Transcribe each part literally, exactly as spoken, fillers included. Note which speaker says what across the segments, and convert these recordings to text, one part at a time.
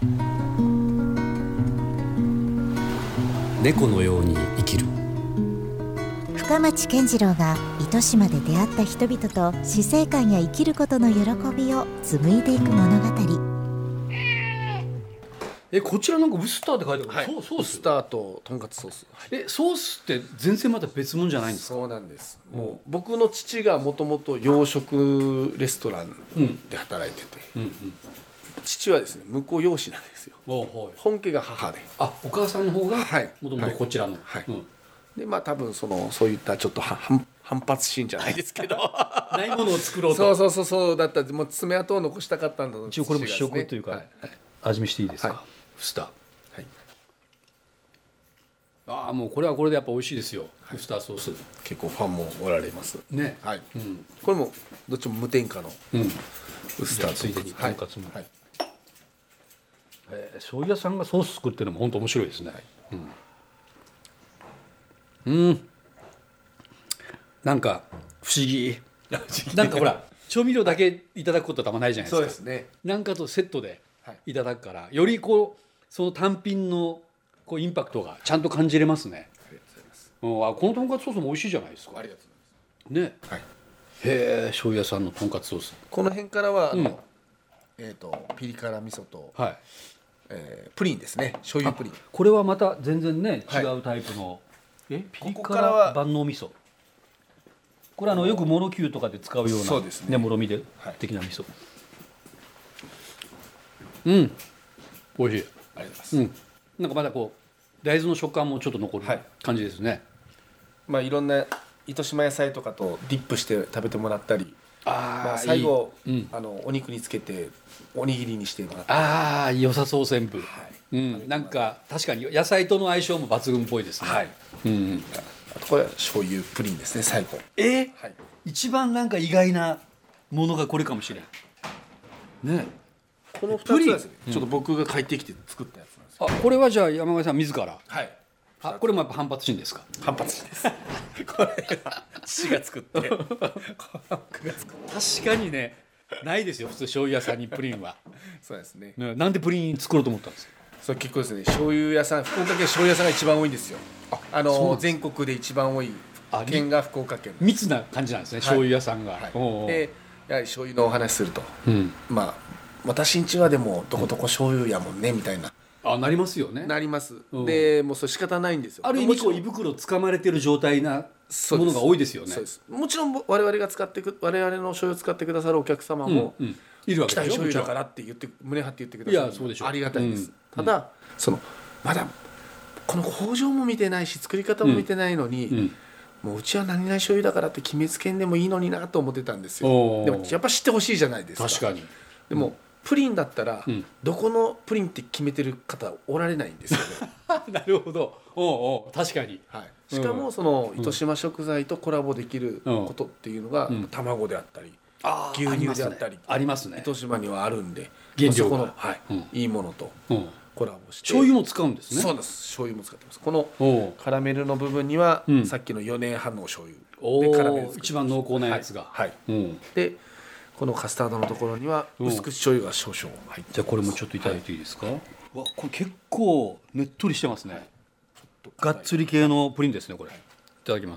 Speaker 1: 猫のように生きる。
Speaker 2: 深町健次郎が糸島で出会った人々と死生観や生きることの喜びを紡いでいく物語。
Speaker 1: えこちらなんかウスターって書いてある、
Speaker 3: はい、
Speaker 1: ソース
Speaker 3: ウスターととんかつソース。
Speaker 1: えソースって全然また別物じゃないんですか？
Speaker 3: そうなんです。もう僕の父がもともと洋食レストランで働いてて、うんうんうん、父はですね向こう養子なんですよ。おう、はい、本家が母で、
Speaker 1: あお母さんの方がもともとこちらの、
Speaker 3: はいはい、うん、でまあ多分そのそういったちょっと反発心じゃないですけど
Speaker 1: ないものを作ろうと
Speaker 3: そうそうそうそうだったもう爪痕を残したかったんだと。
Speaker 1: 一応これも試食というか、はいはい、味見していいですか？はい、ウスター、はい、ああもうこれはこれでやっぱ美味しいですよ、はい、ウスターソース。
Speaker 3: 結構ファンもおられます
Speaker 1: ね、
Speaker 3: はい、うん、これもどっちも無添加のウスター、うん、
Speaker 1: ついでにとんかつも、はいはい、えー、醤油屋さんがソース作ってるのも本当面白いですね、はい、うん、うん、なんか不思議なんかほら調味料だけいただくことたまないじゃないですか。
Speaker 3: そうですね。
Speaker 1: なんかとセットでいただくから、はい、よりこうその単品のこうインパクトがちゃんと感じれますね。ありがとうございます。うん、あこのとんかつソースも美味しいじゃないですか。
Speaker 3: ありがとうございます。
Speaker 1: ね、はい、へえ醤油屋さんのとんかつソース。
Speaker 3: この辺からはあの、うん、えーとピリ辛味噌と、はい、えー、プリンですね。醤油プリン。
Speaker 1: これはまた全然ね違うタイプの、はい、えピリ辛万能味噌。これあのよくもろきゅうとかで使うようなそうですね、もろみで的な味噌、はい、うん美味しい。
Speaker 3: ありがとうございます、
Speaker 1: うん、なんかまだこう大豆の食感もちょっと残る感じですね、はい、
Speaker 3: まあいろんな糸島野菜とかとディップして食べてもらったり、あ、まあ、最後いい、うん、あのお肉につけておにぎりにしてもらったり、
Speaker 1: ああ良さそう全部、はい、うん、なんか確かに野菜との相性も抜群っぽいですね、はい、うん、
Speaker 3: あとこれは醤油プリンですね最後。
Speaker 1: えーはい、一番なんか意外なものがこれかもしれんね。
Speaker 3: このふたつはですね、ちょっと僕が帰ってきて作ったやつなんですよ。
Speaker 1: あこれはじゃあ山上さん自ら。
Speaker 3: はい。
Speaker 1: あこれもやっぱ反発心ですか？
Speaker 3: 反発心ですこれは父が作って僕が作って
Speaker 1: 確かにねないですよ普通醤油屋さんにプリンは
Speaker 3: そうですね。
Speaker 1: なんでプリン作ろうと思ったんですか？
Speaker 3: それ結構ですね醤油屋さん福岡県醤油屋さんが一番多いんですよ。ああの全国で一番多い県が福岡県。
Speaker 1: 密な感じなんですね、はい、醤油屋さんが、はい、おうおう
Speaker 3: でやはり醤油のお話すると、うん、まあ私んちはでもどこどこ醤油やもんねみたいな、
Speaker 1: あなりますよね。
Speaker 3: なります、うん、でもうそれ仕方ないんですよ。
Speaker 1: ある意味こう胃袋掴まれてる状態なものが多いですよね。
Speaker 3: そうです。もちろん我々が使ってく我々の醤油を使ってくださるお客様も、うんうん、
Speaker 1: いるわけでしょ。
Speaker 3: 期待醤油だからって言って胸張って言ってくださる。
Speaker 1: いやそうでしょう。
Speaker 3: ありがたいです、うん、ただそのまだこの工場も見てないし作り方も見てないのに、うんうん、もううちは何々醤油だからって決めつけんでもいいのになと思ってたんですよ。でもやっぱ知ってほしいじゃないですか。
Speaker 1: 確かに。
Speaker 3: でも、うん、プリンだったら、うん、どこのプリンって決めてる方おられないんですよね
Speaker 1: なるほど。おうおう確かに、
Speaker 3: はい、しかもその糸島食材とコラボできることっていうのが、うん、卵であったり、うん、牛乳であったり
Speaker 1: ありますね。
Speaker 3: 糸島にはあるんで
Speaker 1: 原料が、
Speaker 3: まあ、そこの、はい、うん、いいものとコラボして、
Speaker 1: 醤油も使うんですね。
Speaker 3: そうです。醤油も使ってます。このカラメルの部分には、うん、さっきのよねんはんのお醤油でカラメル作ってます。
Speaker 1: 一番濃厚なやつが、
Speaker 3: はいはい、うん、でこのカスタードのところには薄口醤油が少々入ってます。
Speaker 1: じゃあこれもちょっといただいていいですか？はい、わこれ結構ねっとりしてますね。がっつり系のプリンですねこれ。いただきます。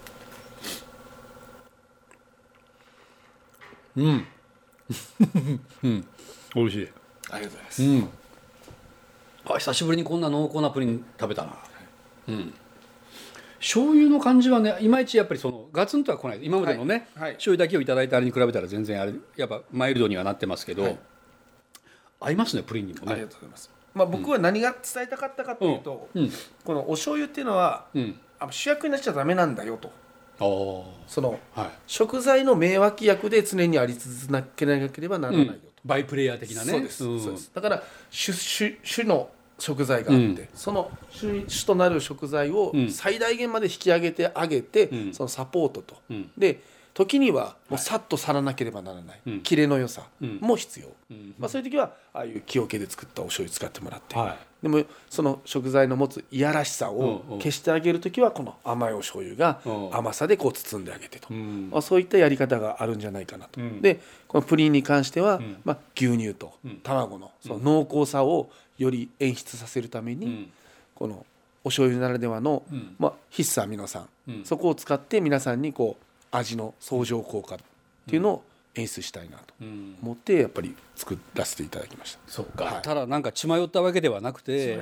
Speaker 1: うんうん美味しい。
Speaker 3: ありがとうございます、
Speaker 1: うん、あ久しぶりにこんな濃厚なプリン食べたな、はい、うん、醤油の感じはねいまいちやっぱりそのガツンとは来ない。今までのね、はいはい、醤油だけをいただいたあれに比べたら全然あれやっぱマイルドにはなってますけど、はい、合いますねプリンにもね。
Speaker 3: ありがとうございます。まあ、僕は何が伝えたかったかというと、うんうん、このお醤油っていうのは、うん、主役になっちゃダメなんだよと。その、はい、食材の名脇役で常にあり続けなければならないよと、うん、
Speaker 1: バイプレイヤー的なね。
Speaker 3: そうです、うん、そうです。だから主、主、主の食材があって、うん、その 主, 主となる食材を最大限まで引き上げてあげて、うん、そのサポートと、うん、で時にはもうさっと去らなければならない、はい、キレの良さも必要、うんうんまあ、そういう時はああいう木桶で作ったお醤油使ってもらって、はい、でもその食材の持ついやらしさを消してあげる時はこの甘いお醤油が甘さでこう包んであげてと、うんまあ、そういったやり方があるんじゃないかなと、うん、でこのプリンに関しては、うんまあ、牛乳と卵のその濃厚さをより演出させるために、うん、このお醤油ならではの、うんまあ、必須アミノ酸、うん、そこを使って皆さんにこう味の相乗効果っていうのを演出したいなと思ってやっぱり作らせていただきました。
Speaker 1: そっか、はい、ただなんか血迷ったわけではなくて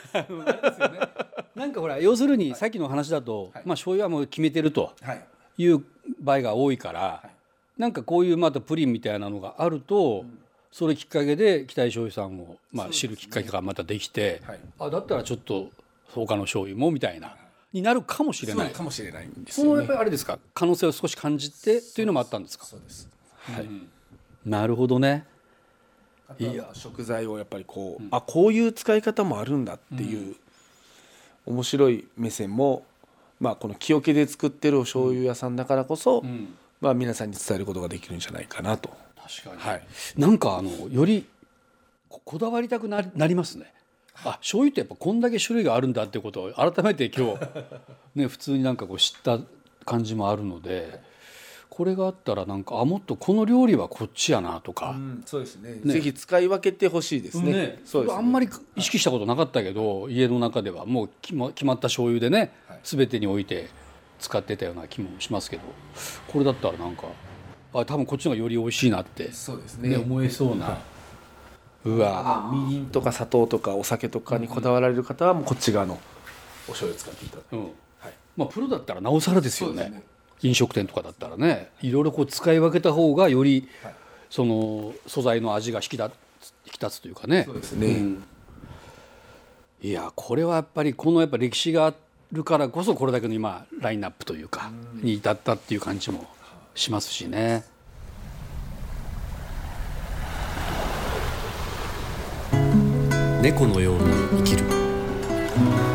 Speaker 1: なんかほら要するにさっきの話だと、はいまあ、醤油はもう決めてるという場合が多いから、はい、なんかこういうまたプリンみたいなのがあると、うん、それきっかけで北井醤油さんをまあ知るきっかけがまたできて、はい、あだったらちょっと他の醤油もみたいなになるかもしれない。
Speaker 3: そうかもしれないんですよね。
Speaker 1: そのやっぱりあれですか、可能性を少し感じてというのもあったんですか。
Speaker 3: そうです。はい。うん、
Speaker 1: なるほどね。
Speaker 3: いや食材をやっぱりこう、うん、あこういう使い方もあるんだっていう、うん、面白い目線もまあこの木桶で作ってるお醤油屋さんだからこそ、うん、まあ皆さんに伝えることができるんじゃないかなと。
Speaker 1: 確かに。はい。なんかあのよりこだわりたくなり、なりますね。あ醤油ってやっぱこんだけ種類があるんだってことを改めて今日、ね、普通になんかこう知った感じもあるのでこれがあったらなんかあもっとこの料理はこっちやなとか、うん、
Speaker 3: そうですね、ねぜひ使い分けてほしいですね。ね
Speaker 1: そうですねあんまり意識したことなかったけど、はい、家の中ではもう決 ま, 決まった醤油でね、はい、全てにおいて使ってたような気もしますけどこれだったらなんかあ多分こっちの方がより美味しいなって、
Speaker 3: そうですね、
Speaker 1: ね思えそうな。うわ
Speaker 3: みりんとか砂糖とかお酒とかにこだわられる方はもうこっち側のお醤油を使っていただく、うんはい
Speaker 1: まあ、プロだったらなおさらですよ ね, ですね飲食店とかだったらねいろいろこう使い分けた方がより、はい、その素材の味が引き立つ、引き立つというかね。
Speaker 3: そうですね、うん、
Speaker 1: いやこれはやっぱりこのやっぱ歴史があるからこそこれだけの今ラインナップというか、うん、に至ったっていう感じもしますしね。
Speaker 4: 猫のように生きる。